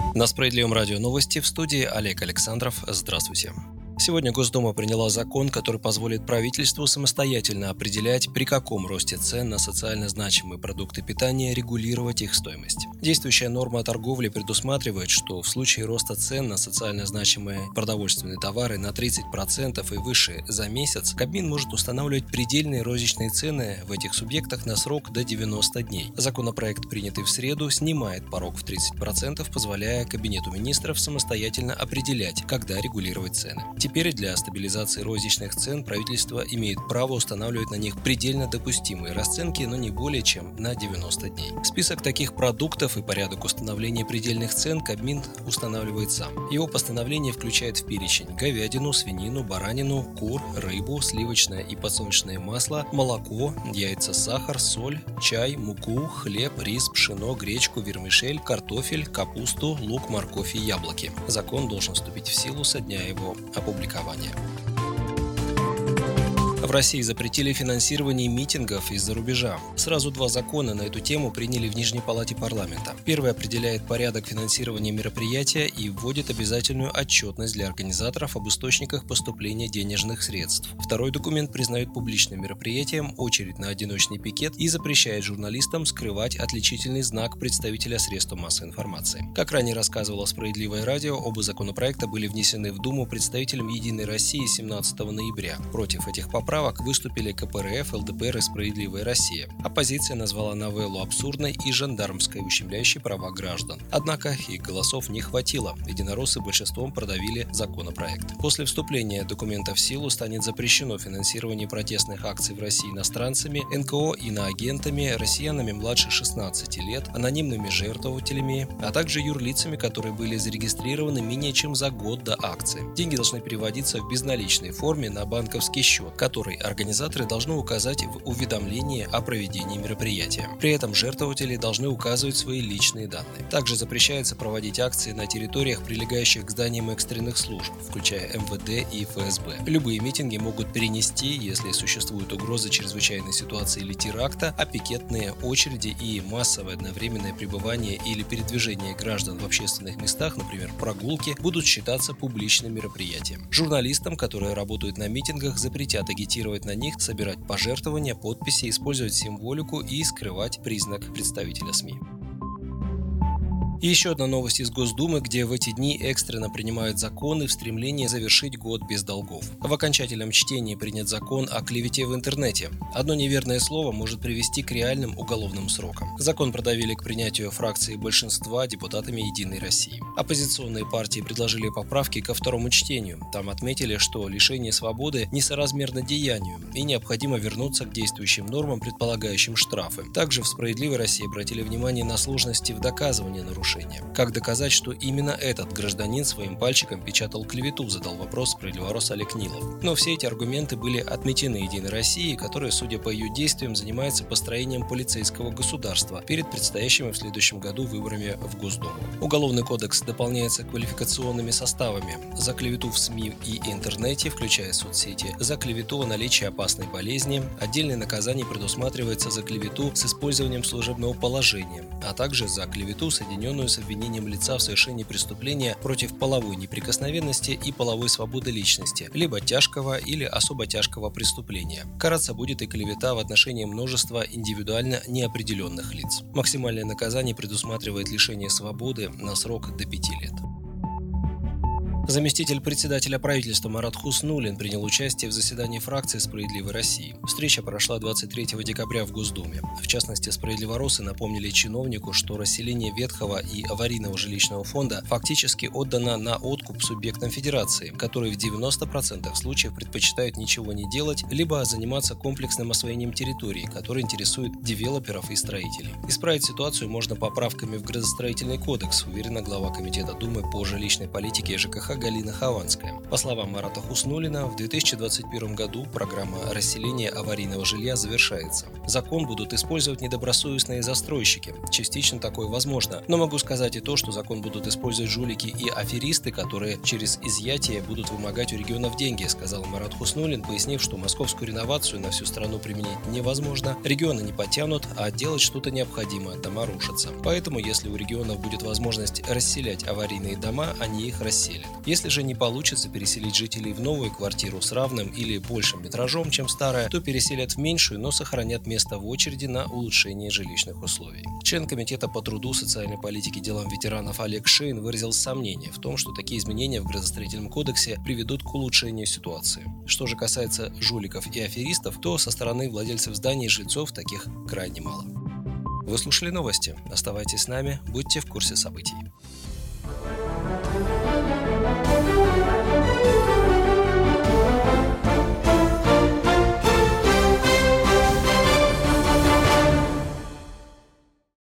На Справедливом радио новости, в студии Олег Александров. Здравствуйте. Сегодня Госдума приняла закон, который позволит правительству самостоятельно определять, при каком росте цен на социально значимые продукты питания регулировать их стоимость. Действующая норма торговли предусматривает, что в случае роста цен на социально значимые продовольственные товары на 30% и выше за месяц, Кабмин может устанавливать предельные розничные цены в этих субъектах на срок до 90 дней. Законопроект, принятый в среду, снимает порог в 30%, позволяя Кабинету министров самостоятельно определять, когда регулировать цены. Теперь для стабилизации розничных цен правительство имеет право устанавливать на них предельно допустимые расценки, но не более чем на 90 дней. Список таких продуктов и порядок установления предельных цен Кабмин устанавливает сам. Его постановление включает в перечень говядину, свинину, баранину, кур, рыбу, сливочное и подсолнечное масло, молоко, яйца, сахар, соль, чай, муку, хлеб, рис, пшено, гречку, вермишель, картофель, капусту, лук, морковь и яблоки. Закон должен вступить в силу со дня его опубликования. В России запретили финансирование митингов из-за рубежа. Сразу два закона на эту тему приняли в Нижней палате парламента. Первый определяет порядок финансирования мероприятия и вводит обязательную отчетность для организаторов об источниках поступления денежных средств. Второй документ признает публичным мероприятием очередь на одиночный пикет и запрещает журналистам скрывать отличительный знак представителя средств массовой информации. Как ранее рассказывало «Справедливое радио», оба законопроекта были внесены в Думу представителем «Единой России» 17 ноября. Против этих поправок выступили КПРФ, ЛДПР и «Справедливая Россия». Оппозиция назвала новеллу абсурдной и жандармской, ущемляющей права граждан. Однако их голосов не хватило. Единороссы большинством продавили законопроект. После вступления документа в силу станет запрещено финансирование протестных акций в России иностранцами, НКО, иноагентами, россиянами младше 16 лет, анонимными жертвователями, а также юрлицами, которые были зарегистрированы менее чем за год до акции. Деньги должны переводиться в безналичной форме на банковский счет, который организаторы должны указать в уведомлении о проведении мероприятия. При этом жертвователи должны указывать свои личные данные. Также запрещается проводить акции на территориях, прилегающих к зданиям экстренных служб, включая МВД и ФСБ. Любые митинги могут перенести, если существует угроза чрезвычайной ситуации или теракта, а пикетные очереди и массовое одновременное пребывание или передвижение граждан в общественных местах, например, прогулки, будут считаться публичным мероприятием. Журналистам, которые работают на митингах, запретят агитировать на них, собирать пожертвования, подписи, использовать символику и скрывать признак представителя СМИ. И еще одна новость из Госдумы, где в эти дни экстренно принимают законы в стремлении завершить год без долгов. В окончательном чтении принят закон о клевете в интернете. Одно неверное слово может привести к реальным уголовным срокам. Закон продавили к принятию фракции большинства депутатами «Единой России». Оппозиционные партии предложили поправки ко второму чтению. Там отметили, что лишение свободы несоразмерно деянию и необходимо вернуться к действующим нормам, предполагающим штрафы. Также в «Справедливой России» обратили внимание на сложности в доказывании нарушений. Как доказать, что именно этот гражданин своим пальчиком печатал клевету, задал вопрос справедливорос Олег Нилов. Но все эти аргументы были отметены «Единой Россией», которая, судя по ее действиям, занимается построением полицейского государства перед предстоящими в следующем году выборами в Госдуму. Уголовный кодекс дополняется квалификационными составами: за клевету в СМИ и интернете, включая соцсети, за клевету о наличии опасной болезни, отдельное наказание предусматривается за клевету с использованием служебного положения, а также за клевету, соединенную с обвинением лица в совершении преступления против половой неприкосновенности и половой свободы личности, либо тяжкого или особо тяжкого преступления. Караться будет и клевета в отношении множества индивидуально неопределенных лиц. Максимальное наказание предусматривает лишение свободы на срок до 5 лет. Заместитель председателя правительства Марат Хуснуллин принял участие в заседании фракции «Справедливой России». Встреча прошла 23 декабря в Госдуме. В частности, справедливоросы напомнили чиновнику, что расселение ветхого и аварийного жилищного фонда фактически отдано на откуп субъектам федерации, которые в 90% случаев предпочитают ничего не делать, либо заниматься комплексным освоением территории, который интересует девелоперов и строителей. Исправить ситуацию можно поправками в градостроительный кодекс, уверена глава Комитета Думы по жилищной политике и ЖКХ Галина Хованская. По словам Марата Хуснуллина, в 2021 году программа расселения аварийного жилья завершается. Закон будут использовать недобросовестные застройщики. Частично такое возможно. Но могу сказать и то, что закон будут использовать жулики и аферисты, которые через изъятие будут вымогать у регионов деньги, сказал Марат Хуснуллин, пояснив, что московскую реновацию на всю страну применить невозможно, регионы не потянут, а делать что-то необходимо, дома рушатся. Поэтому, если у регионов будет возможность расселять аварийные дома, они их расселят. Если же не получится переселить жителей в новую квартиру с равным или большим метражом, чем старая, то переселят в меньшую, но сохранят место в очереди на улучшение жилищных условий. Член Комитета по труду, социальной политике и делам ветеранов Олег Шейн выразил сомнение в том, что такие изменения в градостроительном кодексе приведут к улучшению ситуации. Что же касается жуликов и аферистов, то со стороны владельцев зданий и жильцов таких крайне мало. Вы слушали новости. Оставайтесь с нами, будьте в курсе событий.